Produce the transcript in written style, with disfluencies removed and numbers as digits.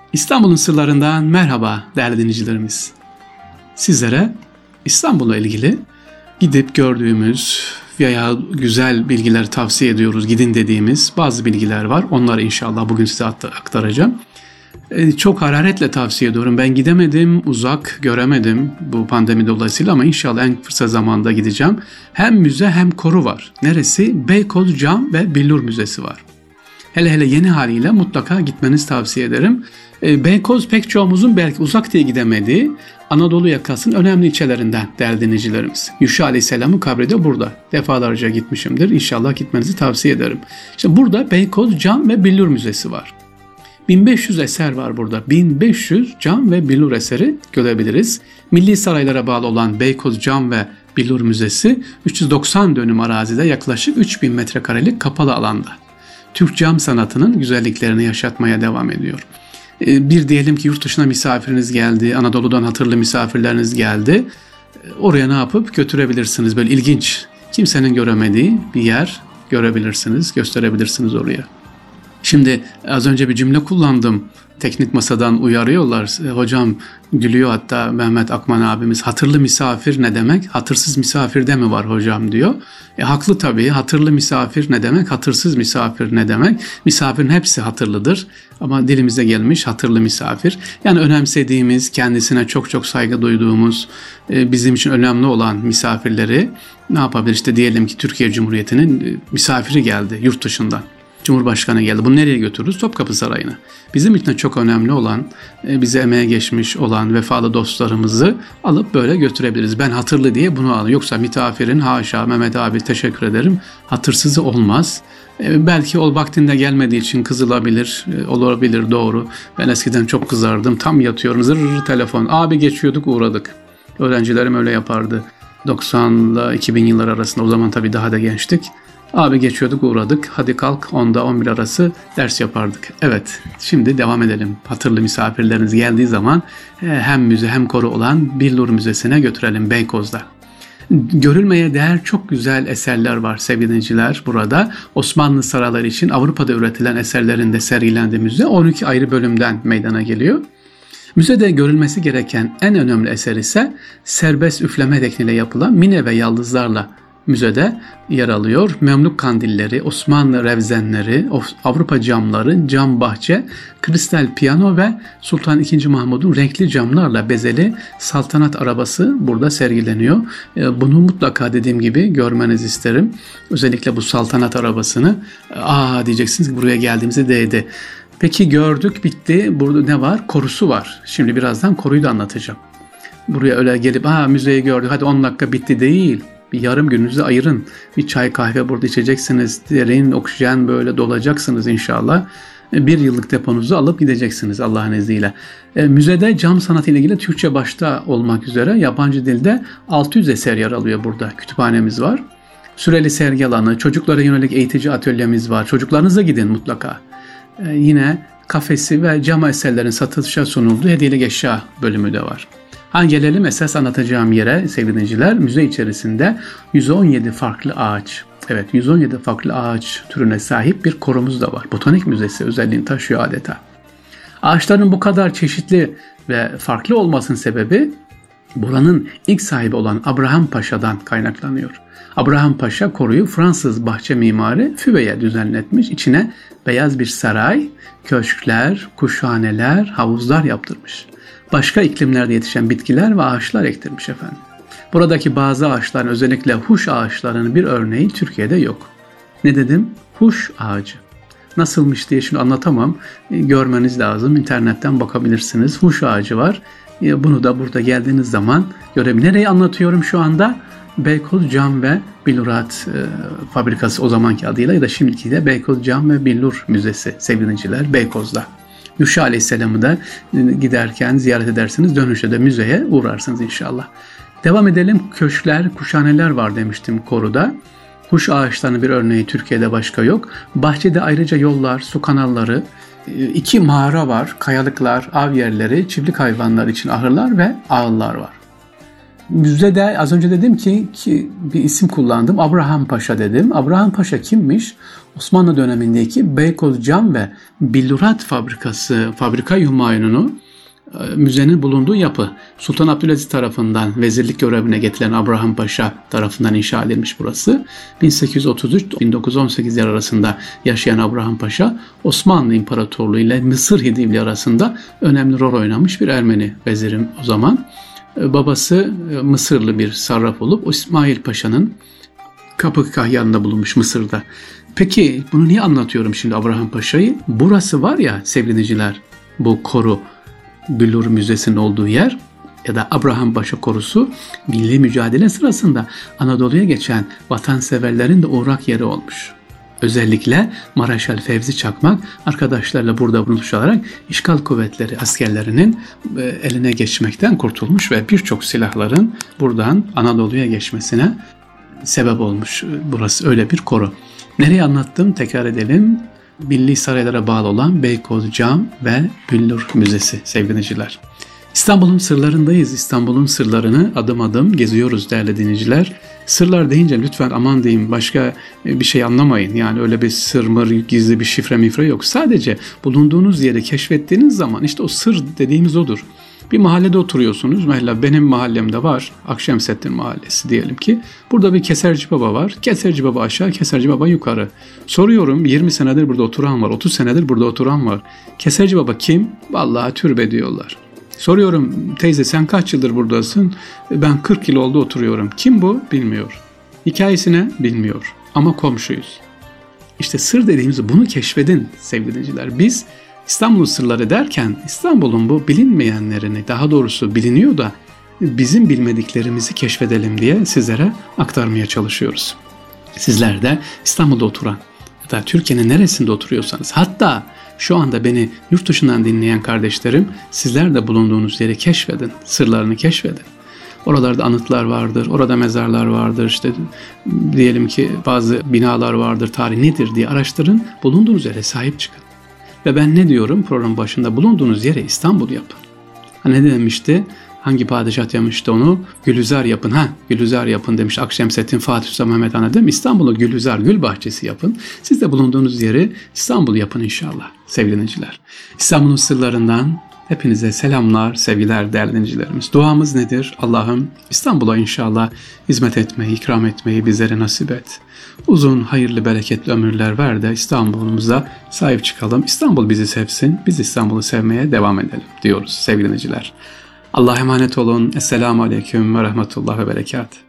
İstanbul'un sırlarından merhaba değerli dinleyicilerimiz. Sizlere İstanbul'la ilgili gidip gördüğümüz veya güzel bilgiler tavsiye ediyoruz, gidin dediğimiz bazı bilgiler var. Onları inşallah bugün size aktaracağım. Çok hararetle tavsiye ediyorum. Ben gidemedim, uzak göremedim bu pandemi dolayısıyla ama inşallah en kısa zamanda gideceğim. Hem müze hem koru var. Neresi? Beykoz Cam ve Billur Müzesi var. Hele yeni haliyle mutlaka gitmenizi tavsiye ederim. Beykoz pek çoğumuzun belki uzak diye gidemediği Anadolu yakasının önemli ilçelerinden değerli dinleyicilerimiz. Yuşa Aleyhisselam'ın kabri de burada. Defalarca gitmişimdir. İnşallah gitmenizi tavsiye ederim. İşte burada Beykoz Cam ve Billur Müzesi var. 1500 eser var burada. 1500 cam ve billur eseri görebiliriz. Milli saraylara bağlı olan Beykoz Cam ve Billur Müzesi 390 dönüm arazide yaklaşık 3000 metrekarelik kapalı alanda. Türk cam sanatının güzelliklerini yaşatmaya devam ediyor. Bir diyelim ki yurt dışına misafiriniz geldi, Anadolu'dan hatırlı misafirleriniz geldi. Oraya ne yapıp götürebilirsiniz? Böyle ilginç, kimsenin göremediği bir yer görebilirsiniz, gösterebilirsiniz oraya. Şimdi az önce bir cümle kullandım. Teknik masadan uyarıyorlar. Hocam gülüyor hatta Mehmet Akman abimiz. Hatırlı misafir ne demek? Hatırsız misafir de mi var hocam diyor. Haklı tabii. Hatırlı misafir ne demek? Hatırsız misafir ne demek? Misafirin hepsi hatırlıdır. Ama dilimize gelmiş hatırlı misafir. Yani önemsediğimiz, kendisine çok saygı duyduğumuz, bizim için önemli olan misafirleri ne yapabilir? İşte diyelim ki Türkiye Cumhuriyeti'nin misafiri geldi yurt dışından. Cumhurbaşkanı geldi. Bunu nereye götürürüz? Topkapı Sarayı'na. Bizim için de çok önemli olan, bize emeğe geçmiş olan vefalı dostlarımızı alıp böyle götürebiliriz. Ben hatırlı diye bunu alıyorum. Yoksa misafirin haşa Mehmet abi teşekkür ederim. Hatırsızı olmaz. Belki o vaktinde gelmediği için kızılabilir, olabilir doğru. Ben eskiden çok kızardım. Tam yatıyorum. Zırr telefon. Abi geçiyorduk uğradık. Öğrencilerim öyle yapardı. 90 ile 2000 yıllar arasında o zaman tabii daha da gençtik. Abi geçiyorduk uğradık. Hadi kalk 10'da 11 arası ders yapardık. Evet şimdi devam edelim. Hatırlı misafirleriniz geldiği zaman hem müze hem koru olan Billur Müzesi'ne götürelim Beykoz'da. Görülmeye değer çok güzel eserler var sevgili dinleyiciler burada. Osmanlı sarayları için Avrupa'da üretilen eserlerin de sergilendiği müze 12 ayrı bölümden meydana geliyor. Müzede görülmesi gereken en önemli eser ise serbest üfleme tekniğiyle yapılan mine ve yaldızlarla müzede yer alıyor. Memlük kandilleri, Osmanlı revzenleri, Avrupa camları, cam bahçe, kristal piyano ve Sultan II. Mahmud'un renkli camlarla bezeli saltanat arabası burada sergileniyor. Bunu mutlaka dediğim gibi görmenizi isterim. Özellikle bu saltanat arabasını. Diyeceksiniz ki buraya geldiğimizde değdi. Peki gördük bitti. Burada ne var? Korusu var. Şimdi birazdan koruyu da anlatacağım. Buraya öyle gelip müzeyi gördük hadi 10 dakika bitti değil. Bir yarım gününüzü ayırın. Bir çay kahve burada içeceksiniz. Derin oksijen böyle dolacaksınız inşallah. Bir yıllık deponuzu alıp gideceksiniz Allah'ın izniyle. Müzede cam sanatı ile ilgili Türkçe başta olmak üzere yabancı dilde 600 eser yer alıyor burada. Kütüphanemiz var. Süreli sergi alanı, çocuklara yönelik eğitici atölyemiz var. Çocuklarınızla gidin mutlaka. Yine kafesi ve cam eserlerin satışa sunulduğu hediyelik eşya bölümü de var. Gelelim esas anlatacağım yere sevgili dinleyiciler. Müze içerisinde 117 farklı ağaç, 117 farklı ağaç türüne sahip bir korumuz da var. Botanik müzesi özelliğini taşıyor adeta. Ağaçların bu kadar çeşitli ve farklı olmasının sebebi buranın ilk sahibi olan Abraham Paşa'dan kaynaklanıyor. Abraham Paşa koruyu Fransız bahçe mimarı Füve'ye düzenletmiş. İçine beyaz bir saray, köşkler, kuşhaneler, havuzlar yaptırmış. Başka iklimlerde yetişen bitkiler ve ağaçlar ektirmiş efendim. Buradaki bazı ağaçların özellikle huş ağaçlarının bir örneği Türkiye'de yok. Ne dedim? Huş ağacı. Nasılmış diye şimdi anlatamam. Görmeniz lazım. İnternetten bakabilirsiniz. Huş ağacı var. Bunu da burada geldiğiniz zaman görebilirsiniz. Nereyi anlatıyorum şu anda? Beykoz Cam ve Billurat Fabrikası o zamanki adıyla ya da şimdiki de Beykoz Cam ve Billur Müzesi sevgili dinleyiciler Beykoz'da. Yuşa Aleyhisselam'ı da giderken ziyaret edersiniz. Dönüşte de müzeye uğrarsınız inşallah. Devam edelim. Köşkler, kuşhaneler var demiştim koruda. Huş ağaçlarının bir örneği Türkiye'de başka yok. Bahçede ayrıca yollar, su kanalları, 2 mağara var, kayalıklar, av yerleri, çiftlik hayvanlar için ahırlar ve ağıllar var. Müzdede az önce dedim ki bir isim kullandım. Abraham Paşa dedim. Abraham Paşa kimmiş? Osmanlı dönemindeki Beykoz Cam ve Billurat fabrika yumayununu müzenin bulunduğu yapı. Sultan Abdülaziz tarafından vezirlik görevine getirilen Abraham Paşa tarafından inşa edilmiş burası. 1833-1918 yıl arasında yaşayan Abraham Paşa, Osmanlı İmparatorluğu ile Mısır Hidivli arasında önemli rol oynamış bir Ermeni vezirim o zaman. Babası Mısırlı bir sarraf olup İsmail Paşa'nın Kapıkah yanında bulunmuş Mısır'da. Peki bunu niye anlatıyorum şimdi Abraham Paşa'yı? Burası var ya sevgili dinleyiciler, bu koru, Billur Müzesi'nin olduğu yer ya da Abraham Paşa Korusu, milli mücadele sırasında Anadolu'ya geçen vatanseverlerin de uğrak yeri olmuş. Özellikle Maraşal Fevzi Çakmak arkadaşlarla burada buluşarak işgal kuvvetleri askerlerinin eline geçmekten kurtulmuş ve birçok silahların buradan Anadolu'ya geçmesine sebep olmuş. Burası öyle bir koru. Nereye anlattım? Tekrar edelim. Milli Saraylara bağlı olan Beykoz Cam ve Billur Müzesi sevgili dinleyiciler. İstanbul'un sırlarındayız. İstanbul'un sırlarını adım adım geziyoruz değerli dinleyiciler. Sırlar deyince lütfen aman diyeyim başka bir şey anlamayın. Yani öyle bir sır mır, gizli bir şifre mifre yok. Sadece bulunduğunuz yeri keşfettiğiniz zaman işte o sır dediğimiz odur. Bir mahallede oturuyorsunuz. Mesela benim mahallemde var. Akşemseddin Mahallesi diyelim ki. Burada bir Keserci Baba var. Keserci Baba aşağı, Keserci Baba yukarı. Soruyorum 20 senedir burada oturan var. 30 senedir burada oturan var. Keserci Baba kim? Vallahi türbe diyorlar. Soruyorum teyze sen kaç yıldır buradasın? Ben 40 yıl oldu oturuyorum. Kim bu? Bilmiyor. Hikayesine bilmiyor. Ama komşuyuz. İşte sır dediğimiz bunu keşfedin sevgili dinleyiciler. Biz İstanbul'un sırları derken İstanbul'un bu bilinmeyenlerini, daha doğrusu biliniyor da bizim bilmediklerimizi keşfedelim diye sizlere aktarmaya çalışıyoruz. Sizler de İstanbul'da oturan ya da Türkiye'nin neresinde oturuyorsanız, hatta şu anda beni yurt dışından dinleyen kardeşlerim, sizler de bulunduğunuz yeri keşfedin, sırlarını keşfedin. Oralarda anıtlar vardır, orada mezarlar vardır, işte diyelim ki bazı binalar vardır, tarih nedir diye araştırın, bulunduğunuz yere sahip çıkın. Ve ben ne diyorum programın başında? Bulunduğunuz yere İstanbul yapın. Ne demişti? Hangi padişah demişti onu? Gülizar yapın. Gülizar yapın demiş Akşemseddin Fatih Sultan Mehmet Han değil mi? İstanbul'u Gülizar, gül bahçesi yapın. Siz de bulunduğunuz yeri İstanbul yapın inşallah sevgili dinleyiciler. İstanbul'un sırlarından hepinize selamlar, sevgiler değerli dinleyicilerimiz. Duamız nedir? Allah'ım İstanbul'a inşallah hizmet etmeyi, ikram etmeyi bizlere nasip et. Uzun, hayırlı, bereketli ömürler ver de İstanbul'umuza sahip çıkalım. İstanbul bizi sevsin, biz İstanbul'u sevmeye devam edelim diyoruz sevgili dinleyiciler. Allah'a emanet olun. Esselamu Aleyküm ve Rahmetullah ve Berekat.